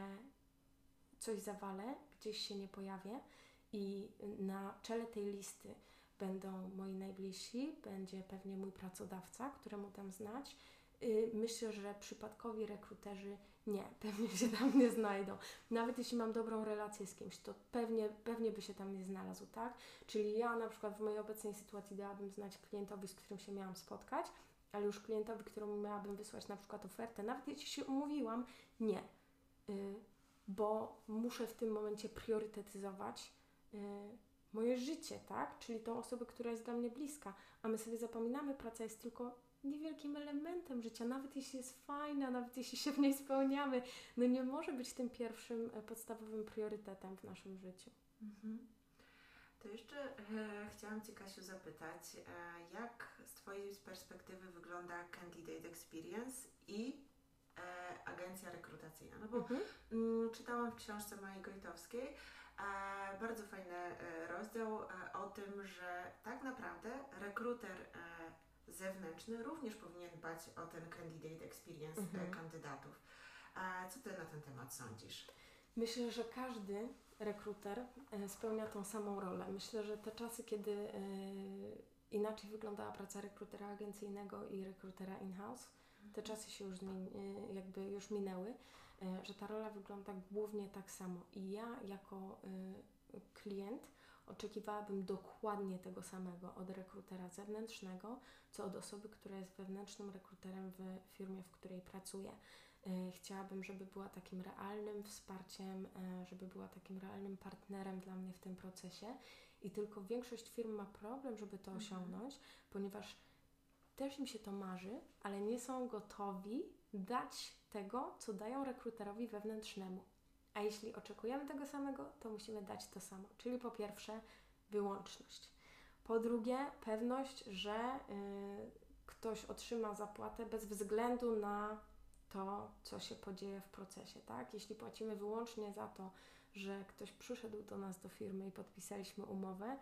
coś zawalę, gdzieś się nie pojawię i na czele tej listy będą moi najbliżsi, będzie pewnie mój pracodawca, któremu dam znać. Myślę, że przypadkowi rekruterzy nie, pewnie się tam nie znajdą. Nawet jeśli mam dobrą relację z kimś, to pewnie, pewnie by się tam nie znalazł, tak? Czyli ja na przykład w mojej obecnej sytuacji dałabym znać klientowi, z którym się miałam spotkać, ale już klientowi, któremu miałabym wysłać na przykład ofertę, nawet jeśli się umówiłam, nie. Yy, bo muszę w tym momencie priorytetyzować yy, moje życie, tak? Czyli tą osobę, która jest dla mnie bliska, a my sobie zapominamy, praca jest tylko niewielkim elementem życia, nawet jeśli jest fajna, nawet jeśli się w niej spełniamy, no nie może być tym pierwszym podstawowym priorytetem w naszym życiu. Mhm. To jeszcze e, chciałam Cię, Kasiu, zapytać, e, jak z Twojej perspektywy wygląda Candidate Experience i e, agencja rekrutacyjna? No bo mhm. m, czytałam w książce Mai Gojtowskiej e, bardzo fajny e, rozdział e, o tym, że tak naprawdę rekruter e, zewnętrzny również powinien dbać o ten candidate experience mhm. kandydatów. A co Ty na ten temat sądzisz? Myślę, że każdy rekruter spełnia tą samą rolę. Myślę, że te czasy, kiedy inaczej wyglądała praca rekrutera agencyjnego i rekrutera in-house, te czasy się już zmieni, jakby już minęły, że ta rola wygląda głównie tak samo. I ja jako klient oczekiwałabym dokładnie tego samego od rekrutera zewnętrznego, co od osoby, która jest wewnętrznym rekruterem w firmie, w której pracuję. Chciałabym, żeby była takim realnym wsparciem, żeby była takim realnym partnerem dla mnie w tym procesie i tylko większość firm ma problem, żeby to osiągnąć, mhm. ponieważ też im się to marzy, ale nie są gotowi dać tego, co dają rekruterowi wewnętrznemu. A jeśli oczekujemy tego samego, to musimy dać to samo. Czyli po pierwsze wyłączność. Po drugie pewność, że y, ktoś otrzyma zapłatę bez względu na to, co się podzieje w procesie, tak? Jeśli płacimy wyłącznie za to, że ktoś przyszedł do nas do firmy i podpisaliśmy umowę,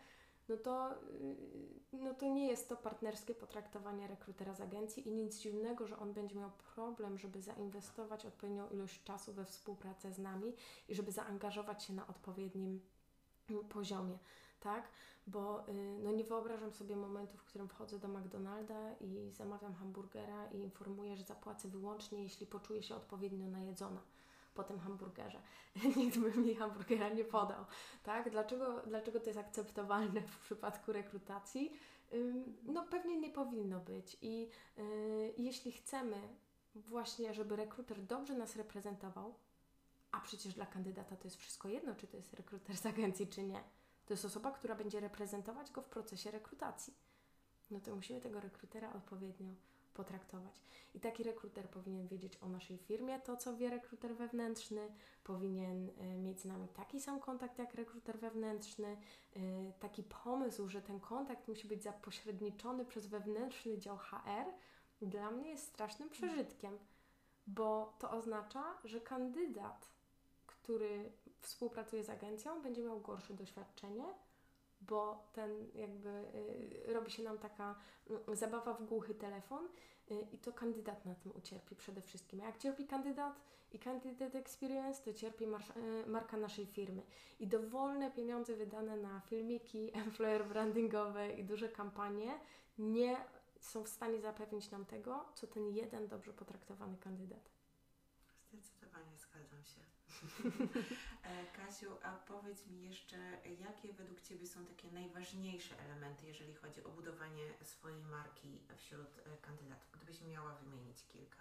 no to, no to nie jest to partnerskie potraktowanie rekrutera z agencji i nic dziwnego, że on będzie miał problem, żeby zainwestować odpowiednią ilość czasu we współpracę z nami i żeby zaangażować się na odpowiednim poziomie, tak? Bo no nie wyobrażam sobie momentu, w którym wchodzę do McDonalda i zamawiam hamburgera i informuję, że zapłacę wyłącznie, jeśli poczuję się odpowiednio najedzona po tym hamburgerze. Nikt by mi hamburgera nie podał, tak? Dlaczego, dlaczego to jest akceptowalne w przypadku rekrutacji? No pewnie nie powinno być i yy, jeśli chcemy właśnie, żeby rekruter dobrze nas reprezentował, a przecież dla kandydata to jest wszystko jedno, czy to jest rekruter z agencji, czy nie. To jest osoba, która będzie reprezentować go w procesie rekrutacji. No to musimy tego rekrutera odpowiednio potraktować. I taki rekruter powinien wiedzieć o naszej firmie to, co wie rekruter wewnętrzny, powinien y, mieć z nami taki sam kontakt jak rekruter wewnętrzny, y, taki pomysł, że ten kontakt musi być zapośredniczony przez wewnętrzny dział H R, dla mnie jest strasznym przeżytkiem, bo to oznacza, że kandydat, który współpracuje z agencją, będzie miał gorsze doświadczenie, bo ten jakby y, robi się nam taka y, zabawa w głuchy telefon y, i to kandydat na tym ucierpi przede wszystkim. A jak cierpi kandydat i candidate experience, to cierpi marsz, y, marka naszej firmy. I dowolne pieniądze wydane na filmiki, employer brandingowe i duże kampanie nie są w stanie zapewnić nam tego, co ten jeden dobrze potraktowany kandydat. Zdecydowanie zgadzam się. Kasiu, a powiedz mi jeszcze, jakie według Ciebie są takie najważniejsze elementy, jeżeli chodzi o budowanie swojej marki wśród kandydatów? Gdybyś miała wymienić kilka.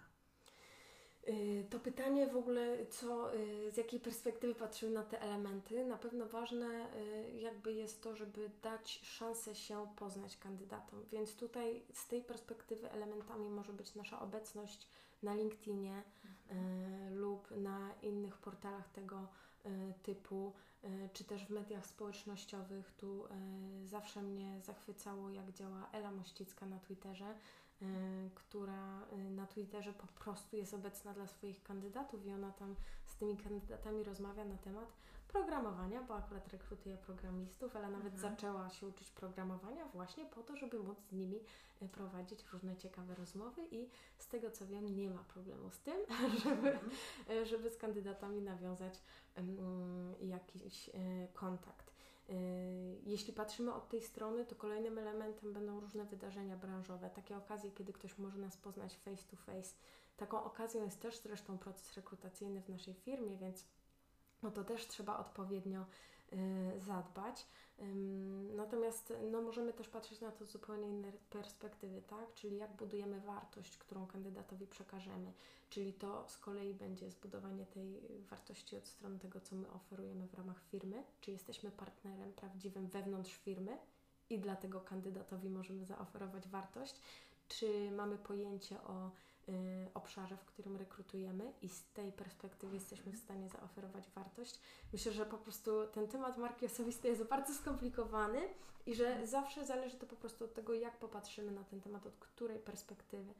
To pytanie w ogóle, co, z jakiej perspektywy patrzymy na te elementy. Na pewno ważne jakby jest to, żeby dać szansę się poznać kandydatom. Więc tutaj z tej perspektywy elementami może być nasza obecność na LinkedInie mhm. y, lub na innych portalach tego y, typu, y, czy też w mediach społecznościowych. Tu y, zawsze mnie zachwycało, jak działa Ela Mościcka na Twitterze, y, która y, na Twitterze po prostu jest obecna dla swoich kandydatów i ona tam z tymi kandydatami rozmawia na temat programowania, bo akurat rekrutuje programistów, ale nawet mhm. zaczęła się uczyć programowania właśnie po to, żeby móc z nimi prowadzić różne ciekawe rozmowy i z tego co wiem nie ma problemu z tym, żeby, mhm. żeby z kandydatami nawiązać um, jakiś y, kontakt. Y, jeśli patrzymy od tej strony, to kolejnym elementem będą różne wydarzenia branżowe, takie okazje, kiedy ktoś może nas poznać face to face. Taką okazją jest też zresztą proces rekrutacyjny w naszej firmie, więc no to też trzeba odpowiednio y, zadbać. Ym, natomiast no, możemy też patrzeć na to z zupełnie innej perspektywy, tak? Czyli jak budujemy wartość, którą kandydatowi przekażemy. Czyli to z kolei będzie zbudowanie tej wartości od strony tego, co my oferujemy w ramach firmy. Czy jesteśmy partnerem prawdziwym wewnątrz firmy i dlatego kandydatowi możemy zaoferować wartość. Czy mamy pojęcie o Y, obszarze, w którym rekrutujemy i z tej perspektywy jesteśmy w stanie zaoferować wartość. Myślę, że po prostu ten temat marki osobistej jest bardzo skomplikowany i że zawsze zależy to po prostu od tego, jak popatrzymy na ten temat, od której perspektywy,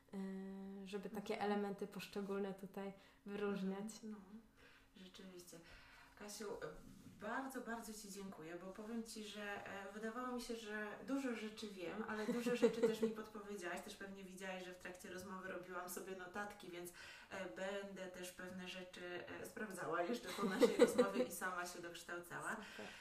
y, żeby takie elementy poszczególne tutaj wyróżniać. No, rzeczywiście. Kasiu, bardzo, bardzo Ci dziękuję, bo powiem Ci, że e, wydawało mi się, że dużo rzeczy wiem, ale dużo rzeczy też mi podpowiedziałaś, też pewnie widziałaś, że w trakcie rozmowy robiłam sobie notatki, więc e, będę też pewne rzeczy e, sprawdzała jeszcze po naszej rozmowie i sama się dokształcała.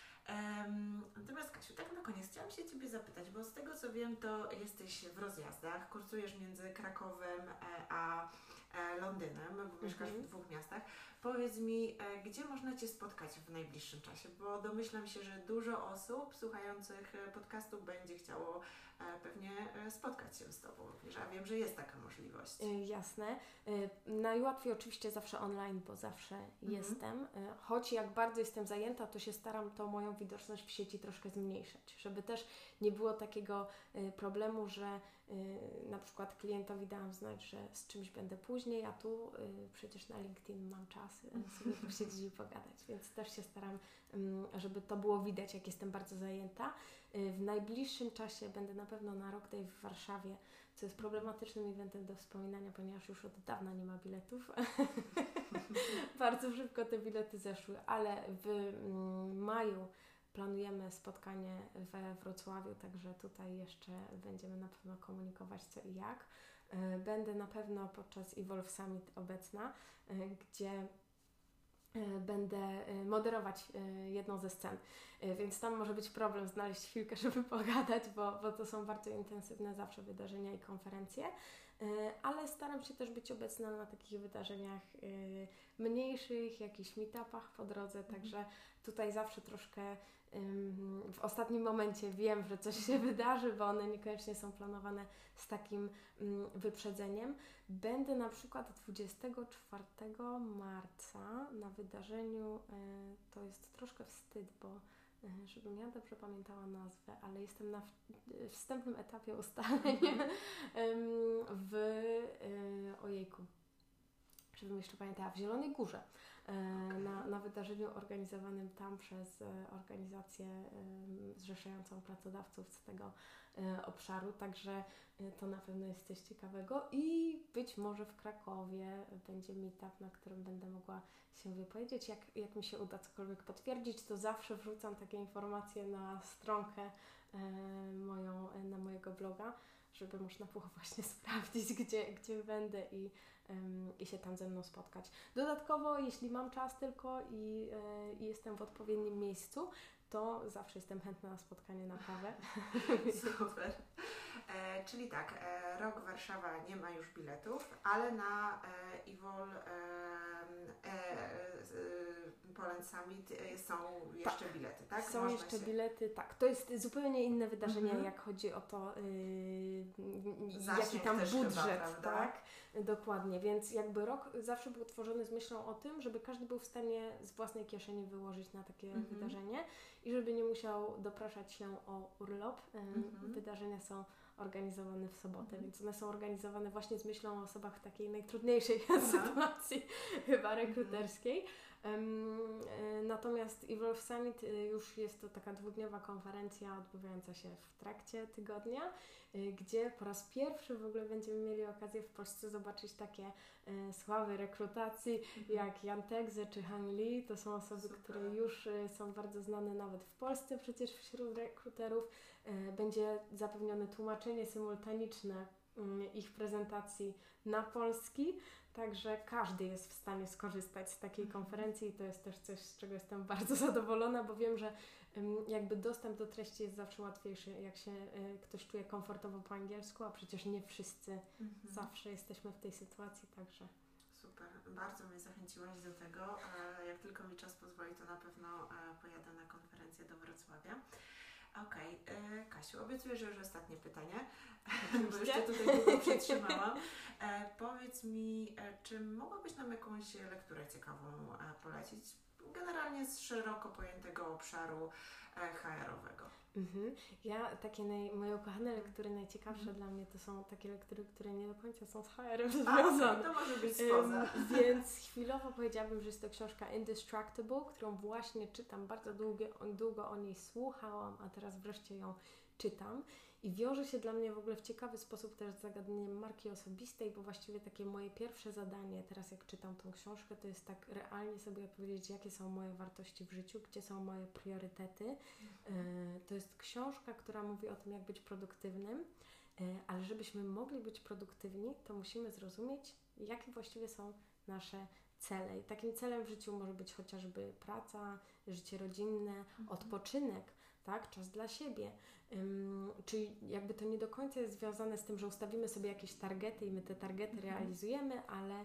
Um, natomiast Kasiu, tak na koniec chciałam się Ciebie zapytać, bo z tego co wiem, to jesteś w rozjazdach, kursujesz między Krakowem e, a e, Londynem, bo mieszkasz mm-hmm. w dwóch miastach. Powiedz mi, e, gdzie można Cię spotkać w najbliższym czasie, bo domyślam się, że dużo osób słuchających podcastu będzie chciało e, pewnie e, spotkać się z Tobą również, a wiem, że jest taka możliwość. Y, jasne. Y, najłatwiej oczywiście zawsze online, bo zawsze mm-hmm. jestem. Y, choć jak bardzo jestem zajęta, to się staram tą moją widoczność w sieci troszkę zmniejszać, żeby też nie było takiego y, problemu, że y, na przykład klientowi dałam znać, że z czymś będę później, a tu y, przecież na LinkedIn mam czas sobie posiedzieć i pogadać, więc też się staram, żeby to było widać, jak jestem bardzo zajęta. W najbliższym czasie będę na pewno na Rock Day w Warszawie, co jest problematycznym eventem do wspominania, ponieważ już od dawna nie ma biletów. Bardzo szybko te bilety zeszły, ale w maju planujemy spotkanie we Wrocławiu, także tutaj jeszcze będziemy na pewno komunikować co i jak. Będę na pewno podczas Evolve Summit obecna, gdzie będę moderować jedną ze scen, więc tam może być problem znaleźć chwilkę, żeby pogadać, bo, bo to są bardzo intensywne zawsze wydarzenia i konferencje, ale staram się też być obecna na takich wydarzeniach mniejszych, jakichś meetupach po drodze, także tutaj zawsze troszkę w ostatnim momencie wiem, że coś się wydarzy, bo one niekoniecznie są planowane z takim wyprzedzeniem. Będę na przykład dwudziestego czwartego marca na wydarzeniu, to jest troszkę wstyd, bo żebym ja dobrze pamiętała nazwę, ale jestem na wstępnym etapie ustaleń w ojejku, żebym jeszcze pamiętała, w Zielonej Górze. Okay. Na, na wydarzeniu organizowanym tam przez organizację zrzeszającą pracodawców z tego obszaru, także to na pewno jest coś ciekawego i być może w Krakowie będzie meetup, na którym będę mogła się wypowiedzieć. Jak, jak mi się uda cokolwiek potwierdzić, to zawsze wrzucam takie informacje na stronkę moją, na mojego bloga, żeby można było właśnie sprawdzić, gdzie, gdzie będę i, um, i się tam ze mną spotkać. Dodatkowo, jeśli mam czas tylko i, e, i jestem w odpowiednim miejscu, to zawsze jestem chętna na spotkanie na kawę. Super. E, czyli tak, e, Rok Warszawa nie ma już biletów, ale na e, Evolve e, e, Poland Summit e, są jeszcze tak, bilety, tak? Są Można jeszcze się... bilety, tak. To jest zupełnie inne wydarzenie, mhm. jak chodzi o to, yy, jaki tam budżet, chyba, tak? Dokładnie, więc jakby rok zawsze był tworzony z myślą o tym, żeby każdy był w stanie z własnej kieszeni wyłożyć na takie mhm. wydarzenie i żeby nie musiał dopraszać się o urlop. Yy, mhm. Wydarzenia są organizowane w sobotę, mhm. więc one są organizowane właśnie z myślą o osobach w takiej najtrudniejszej sytuacji chyba rekruterskiej. Um, y, natomiast Evolve Summit y, już jest to taka dwudniowa konferencja odbywająca się w trakcie tygodnia, y, gdzie po raz pierwszy w ogóle będziemy mieli okazję w Polsce zobaczyć takie y, sławy rekrutacji mhm. jak Jan Tegze czy Han Lee. To są osoby, Super. które już y, są bardzo znane nawet w Polsce przecież wśród rekruterów. Y, będzie zapewnione tłumaczenie symultaniczne y, ich prezentacji na polski. Także każdy jest w stanie skorzystać z takiej konferencji i to jest też coś, z czego jestem bardzo zadowolona, bo wiem, że um, jakby dostęp do treści jest zawsze łatwiejszy, jak się y, ktoś czuje komfortowo po angielsku, a przecież nie wszyscy mhm. zawsze jesteśmy w tej sytuacji, także... Super, bardzo mnie zachęciłaś do tego. Jak tylko mi czas pozwoli, to na pewno pojadę na konferencję do Wrocławia. Okej, okay. Kasiu, obiecuję, że już ostatnie pytanie, bo już Cię tutaj długo przetrzymałam. E, powiedz mi, e, czy mogłabyś nam jakąś lekturę ciekawą e, polecić? Generalnie z szeroko pojętego obszaru e, H R-owego. Mhm. Ja takie naj, moje ukochane lektury najciekawsze mhm. dla mnie to są takie lektury, które nie do końca są z H R-em związane. Okay, to może być spoza. Um, więc chwilowo powiedziałabym, że jest to książka Indestructible, którą właśnie czytam, bardzo długo, długo o niej słuchałam, a teraz wreszcie ją czytam. I wiąże się dla mnie w ogóle w ciekawy sposób też z zagadnieniem marki osobistej, bo właściwie takie moje pierwsze zadanie, teraz jak czytam tą książkę, to jest tak realnie sobie opowiedzieć, jakie są moje wartości w życiu, gdzie są moje priorytety. Mhm. To jest książka, która mówi o tym, jak być produktywnym, ale żebyśmy mogli być produktywni, to musimy zrozumieć, jakie właściwie są nasze cele. I takim celem w życiu może być chociażby praca, życie rodzinne, mhm. odpoczynek, tak, czas dla siebie. Um, czyli jakby to nie do końca jest związane z tym, że ustawimy sobie jakieś targety i my te targety mhm. realizujemy, ale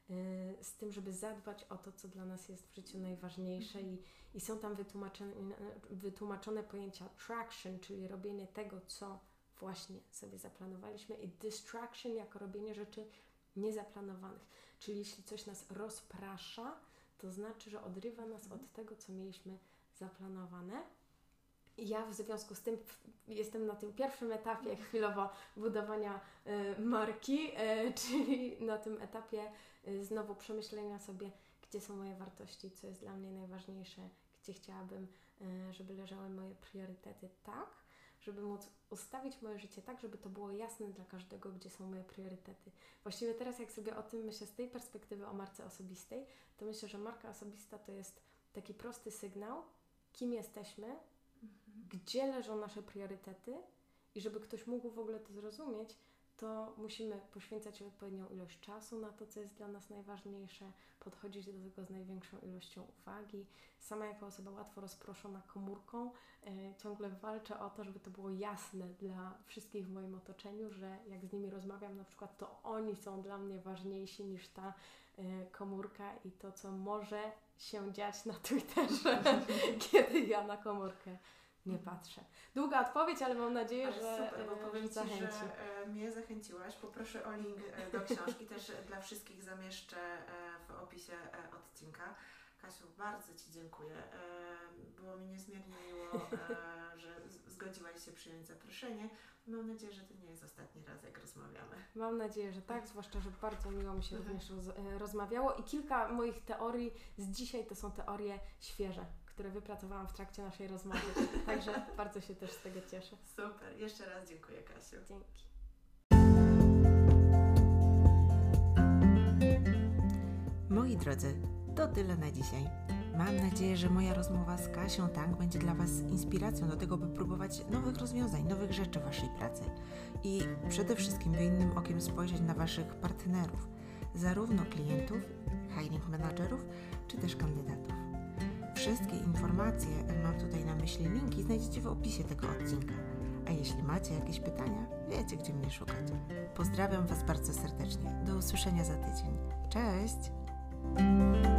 y, z tym, żeby zadbać o to, co dla nas jest w życiu najważniejsze mhm. i, i są tam wytłumaczone, wytłumaczone pojęcia traction, czyli robienie tego, co właśnie sobie zaplanowaliśmy, i distraction jako robienie rzeczy niezaplanowanych. Czyli jeśli coś nas rozprasza, to znaczy, że odrywa nas mhm. od tego, co mieliśmy zaplanowane. I ja w związku z tym jestem na tym pierwszym etapie chwilowo budowania y, marki, y, czyli na tym etapie y, znowu przemyślenia sobie, gdzie są moje wartości, co jest dla mnie najważniejsze, gdzie chciałabym, y, żeby leżały moje priorytety tak, żeby móc ustawić moje życie tak, żeby to było jasne dla każdego, gdzie są moje priorytety. Właściwie teraz jak sobie o tym myślę z tej perspektywy o marce osobistej, to myślę, że marka osobista to jest taki prosty sygnał, kim jesteśmy, gdzie leżą nasze priorytety i żeby ktoś mógł w ogóle to zrozumieć, to musimy poświęcać odpowiednią ilość czasu na to, co jest dla nas najważniejsze, podchodzić do tego z największą ilością uwagi. Sama jako osoba łatwo rozproszona komórką e, ciągle walczę o to, żeby to było jasne dla wszystkich w moim otoczeniu, że jak z nimi rozmawiam na przykład, to oni są dla mnie ważniejsi niż ta e, komórka i to, co może się dziać na Twitterze, kiedy ja na komórkę nie patrzę. Długa odpowiedź, ale mam nadzieję, ale że super, bo powiem Ci, zachęci. że e, mnie zachęciłaś. Poproszę o link e, do książki. Też dla wszystkich zamieszczę e, w opisie e, odcinka. Kasiu, bardzo Ci dziękuję. E, było mi niezmiernie miło, e, że z- zgodziłaś się przyjąć zaproszenie. Mam nadzieję, że to nie jest ostatni raz, jak rozmawiamy. Mam nadzieję, że tak, zwłaszcza, że bardzo miło mi się również roz, e, rozmawiało i kilka moich teorii z dzisiaj to są teorie świeże, które wypracowałam w trakcie naszej rozmowy. Także bardzo się też z tego cieszę. Super. Jeszcze raz dziękuję, Kasiu. Dzięki. Moi drodzy, to tyle na dzisiaj. Mam nadzieję, że moja rozmowa z Kasią Tang będzie dla Was inspiracją do tego, by próbować nowych rozwiązań, nowych rzeczy w Waszej pracy i przede wszystkim by innym okiem spojrzeć na Waszych partnerów, zarówno klientów, hiring managerów, czy też kandydatów. Wszystkie informacje, mam tutaj na myśli linki, znajdziecie w opisie tego odcinka. A jeśli macie jakieś pytania, wiecie, gdzie mnie szukać. Pozdrawiam Was bardzo serdecznie. Do usłyszenia za tydzień. Cześć!